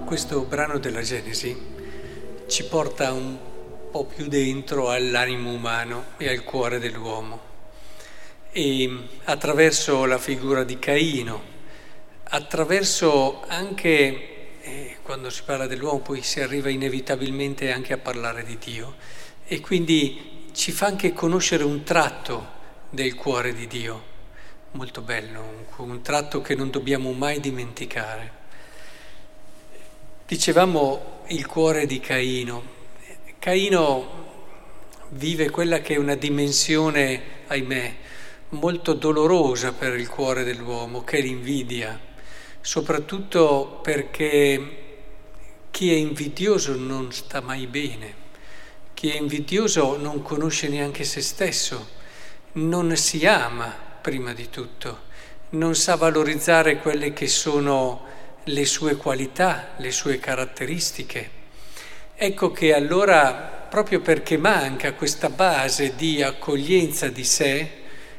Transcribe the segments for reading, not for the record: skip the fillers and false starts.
questo brano della Genesi ci porta un po' più dentro all'animo umano e al cuore dell'uomo. E attraverso la figura di Caino, attraverso anche, quando si parla dell'uomo, poi si arriva inevitabilmente anche a parlare di Dio. E quindi ci fa anche conoscere un tratto del cuore di Dio, molto bello, un tratto che non dobbiamo mai dimenticare. Dicevamo il cuore di Caino. Caino vive quella che è una dimensione, ahimè, molto dolorosa per il cuore dell'uomo, che è l'invidia, soprattutto perché chi è invidioso non sta mai bene, chi è invidioso non conosce neanche se stesso, non si ama prima di tutto, non sa valorizzare quelle che sono le sue qualità, le sue caratteristiche. Ecco che allora, proprio perché manca questa base di accoglienza di sé,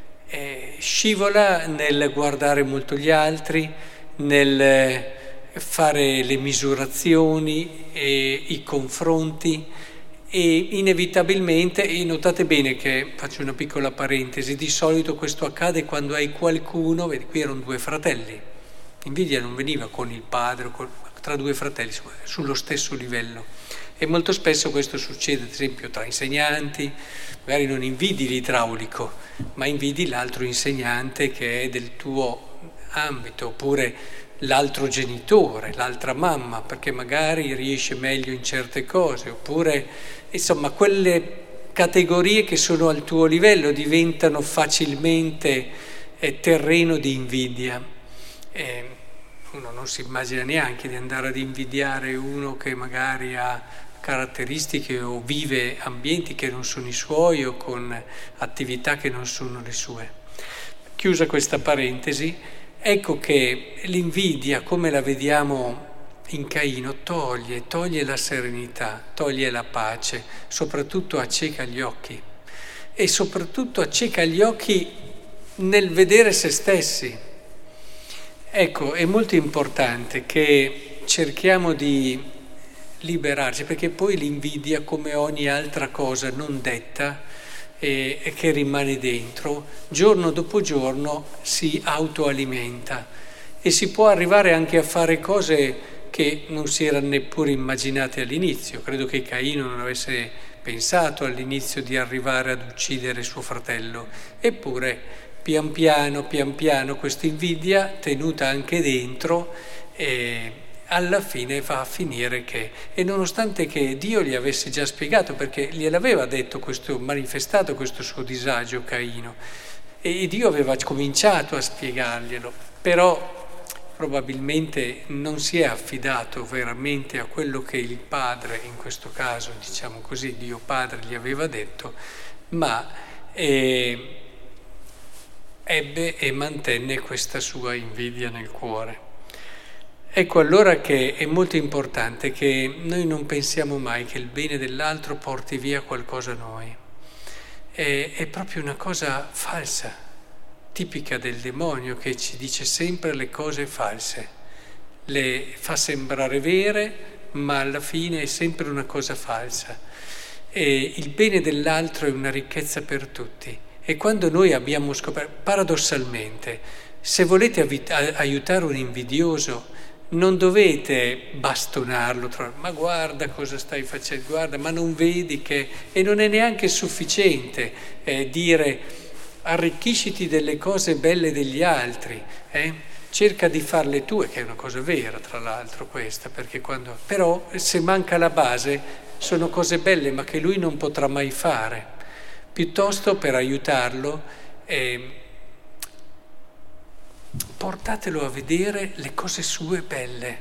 scivola nel guardare molto gli altri, nel fare le misurazioni e i confronti e inevitabilmente, e notate bene che, faccio una piccola parentesi, di solito questo accade quando hai qualcuno, vedi qui erano due fratelli, l'invidia non veniva con il padre, tra due fratelli, sullo stesso livello. E molto spesso questo succede, ad esempio, tra insegnanti, magari non invidi l'idraulico, ma invidi l'altro insegnante che è del tuo ambito, oppure l'altro genitore, l'altra mamma, perché magari riesce meglio in certe cose, oppure, insomma, quelle categorie che sono al tuo livello diventano facilmente terreno di invidia. Uno non si immagina neanche di andare ad invidiare uno che magari ha caratteristiche o vive ambienti che non sono i suoi o con attività che non sono le sue. Chiusa questa parentesi, ecco che l'invidia, come la vediamo in Caino, toglie la serenità, toglie la pace, soprattutto acceca gli occhi e soprattutto acceca gli occhi nel vedere se stessi. Ecco, è molto importante che cerchiamo di liberarci, perché poi l'invidia, come ogni altra cosa non detta e che rimane dentro, giorno dopo giorno si autoalimenta e si può arrivare anche a fare cose che non si erano neppure immaginate all'inizio. Credo che Caino non avesse pensato all'inizio di arrivare ad uccidere suo fratello, eppure pian piano questa invidia tenuta anche dentro alla fine va a finire che, e nonostante che Dio gli avesse già spiegato, perché gliel'aveva detto manifestato questo suo disagio Caino, e Dio aveva cominciato a spiegarglielo, però probabilmente non si è affidato veramente a quello che il padre, in questo caso diciamo così, Dio Padre gli aveva detto, ma ebbe e mantenne questa sua invidia nel cuore. Ecco allora che è molto importante che noi non pensiamo mai che il bene dell'altro porti via qualcosa a noi. È proprio una cosa falsa, tipica del demonio, che ci dice sempre le cose false, le fa sembrare vere, ma alla fine è sempre una cosa falsa. E il bene dell'altro è una ricchezza per tutti. E quando noi abbiamo scoperto, paradossalmente, se volete aiutare un invidioso, non dovete bastonarlo, ma guarda cosa stai facendo, guarda, ma non vedi che... E non è neanche sufficiente dire arricchisciti delle cose belle degli altri, cerca di farle tue, che è una cosa vera tra l'altro questa, perché però se manca la base sono cose belle ma che lui non potrà mai fare. Piuttosto per aiutarlo portatelo a vedere le cose sue belle,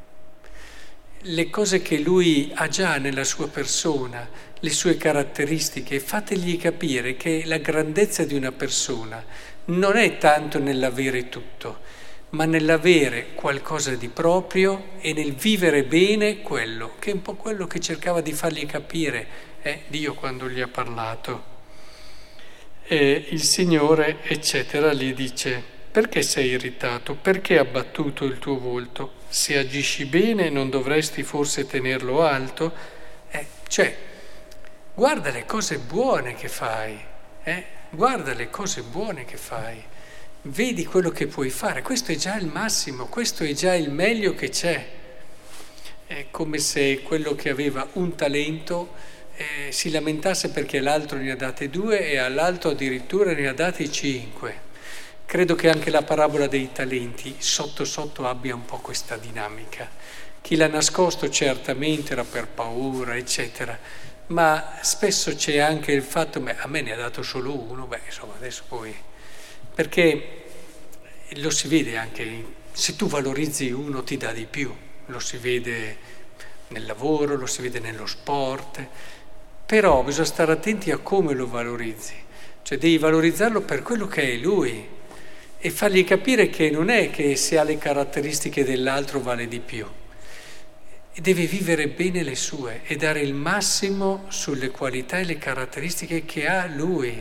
le cose che lui ha già nella sua persona, le sue caratteristiche, e fategli capire che la grandezza di una persona non è tanto nell'avere tutto, ma nell'avere qualcosa di proprio e nel vivere bene quello, che è un po' quello che cercava di fargli capire Dio quando gli ha parlato. E il Signore, eccetera, gli dice: perché sei irritato? Perché ha abbattuto il tuo volto? Se agisci bene non dovresti forse tenerlo alto? Cioè, guarda le cose buone che fai, guarda le cose buone che fai, vedi quello che puoi fare, questo è già il massimo, questo è già il meglio che c'è. È come se quello che aveva un talento si lamentasse perché l'altro ne ha date 2 e all'altro addirittura ne ha dati 5. Credo che anche la parabola dei talenti sotto sotto abbia un po' questa dinamica. Chi l'ha nascosto certamente era per paura, eccetera, ma spesso c'è anche il fatto, a me ne ha dato solo uno, insomma adesso poi... Perché lo si vede anche, se tu valorizzi uno ti dà di più, lo si vede nel lavoro, lo si vede nello sport, però bisogna stare attenti a come lo valorizzi, cioè devi valorizzarlo per quello che è lui e fargli capire che non è che se ha le caratteristiche dell'altro vale di più, e deve vivere bene le sue e dare il massimo sulle qualità e le caratteristiche che ha lui.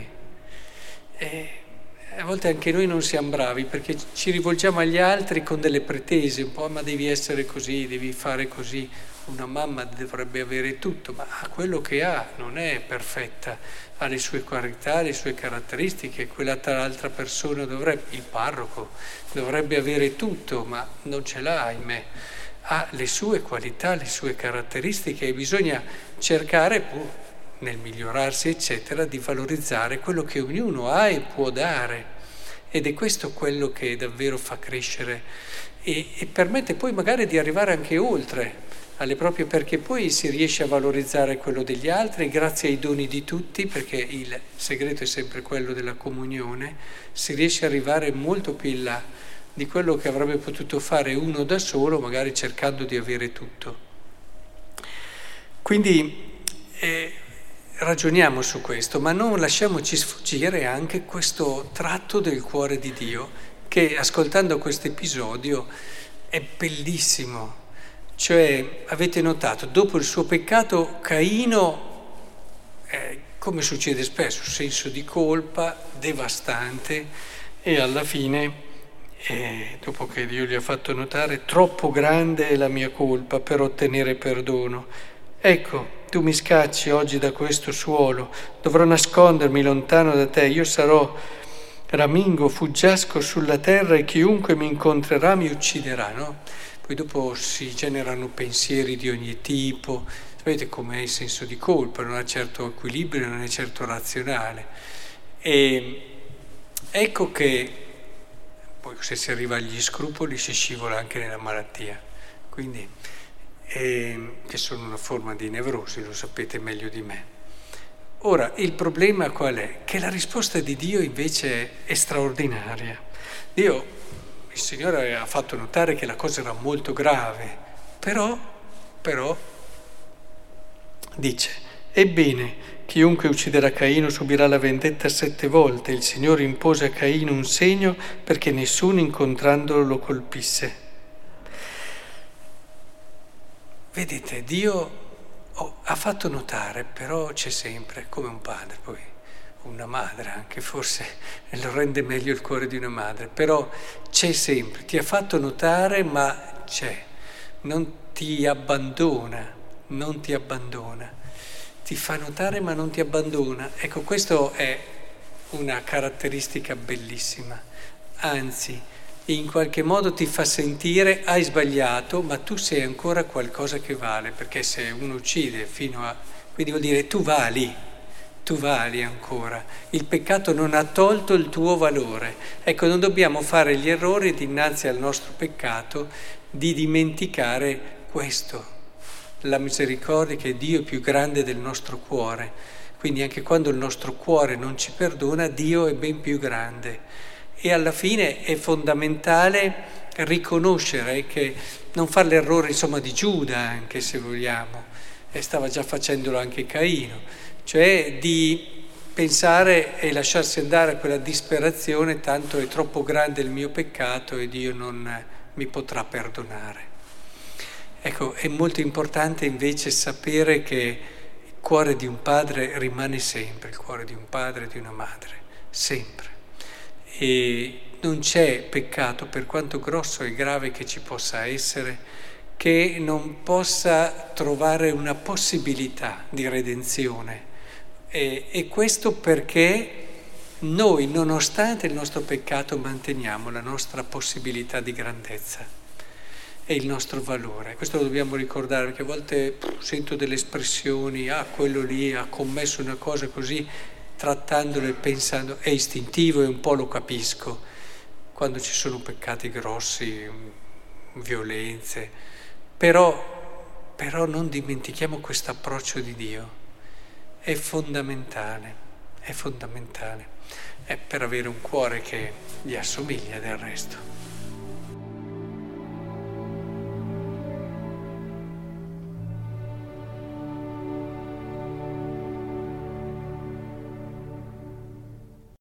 E a volte anche noi non siamo bravi perché ci rivolgiamo agli altri con delle pretese, un po' ma devi essere così, devi fare così. Una mamma dovrebbe avere tutto, ma ha quello che ha, non è perfetta, ha le sue qualità, le sue caratteristiche, quell'altra persona il parroco, dovrebbe avere tutto, ma non ce l'ha, ahimè. Ha le sue qualità, le sue caratteristiche e bisogna cercare, nel migliorarsi, eccetera, di valorizzare quello che ognuno ha e può dare. Ed è questo quello che davvero fa crescere e permette poi magari di arrivare anche oltre alle proprie, perché poi si riesce a valorizzare quello degli altri grazie ai doni di tutti, perché il segreto è sempre quello della comunione, si riesce ad arrivare molto più in là di quello che avrebbe potuto fare uno da solo, magari cercando di avere tutto. Quindi ragioniamo su questo, ma non lasciamoci sfuggire anche questo tratto del cuore di Dio, che ascoltando questo episodio è bellissimo. Cioè, avete notato, dopo il suo peccato, Caino, come succede spesso, senso di colpa devastante e alla fine, dopo che Dio gli ha fatto notare, troppo grande è la mia colpa per ottenere perdono. Ecco, tu mi scacci oggi da questo suolo, dovrò nascondermi lontano da te, io sarò ramingo, fuggiasco sulla terra e chiunque mi incontrerà mi ucciderà, no? Poi dopo si generano pensieri di ogni tipo, sapete com'è il senso di colpa, non ha certo equilibrio, non è certo razionale. E ecco che poi se si arriva agli scrupoli si scivola anche nella malattia, quindi che sono una forma di nevrosi, lo sapete meglio di me. Ora, il problema qual è? Che la risposta di Dio invece è straordinaria. Il Signore ha fatto notare che la cosa era molto grave, però dice, ebbene, chiunque ucciderà Caino subirà la vendetta 7 volte. Il Signore impose a Caino un segno perché nessuno incontrandolo lo colpisse. Vedete, Dio ha fatto notare, però c'è sempre, come un padre poi, una madre anche, forse lo rende meglio il cuore di una madre, però c'è sempre, ti ha fatto notare ma c'è, non ti abbandona, ti fa notare ma non ti abbandona. Ecco, questo è una caratteristica bellissima, anzi in qualche modo ti fa sentire hai sbagliato ma tu sei ancora qualcosa che vale, perché se uno uccide quindi vuol dire tu vali ancora, il peccato non ha tolto il tuo valore. Ecco, non dobbiamo fare gli errori dinanzi al nostro peccato di dimenticare questo, la misericordia che Dio è più grande del nostro cuore, quindi anche quando il nostro cuore non ci perdona, Dio è ben più grande e alla fine è fondamentale riconoscere che non fare l'errore di Giuda, anche se vogliamo, e stava già facendolo anche Caino, cioè di pensare e lasciarsi andare a quella disperazione, tanto è troppo grande il mio peccato e Dio non mi potrà perdonare. Ecco, è molto importante invece sapere che il cuore di un padre rimane sempre, il cuore di un padre e di una madre, sempre. E non c'è peccato, per quanto grosso e grave che ci possa essere, che non possa trovare una possibilità di redenzione. E questo perché noi, nonostante il nostro peccato, manteniamo la nostra possibilità di grandezza e il nostro valore. Questo lo dobbiamo ricordare, perché a volte sento delle espressioni, quello lì ha commesso una cosa così, trattandolo e pensando, è istintivo e un po' lo capisco, quando ci sono peccati grossi, violenze, però non dimentichiamo questo approccio di Dio, è fondamentale per avere un cuore che gli assomiglia del resto.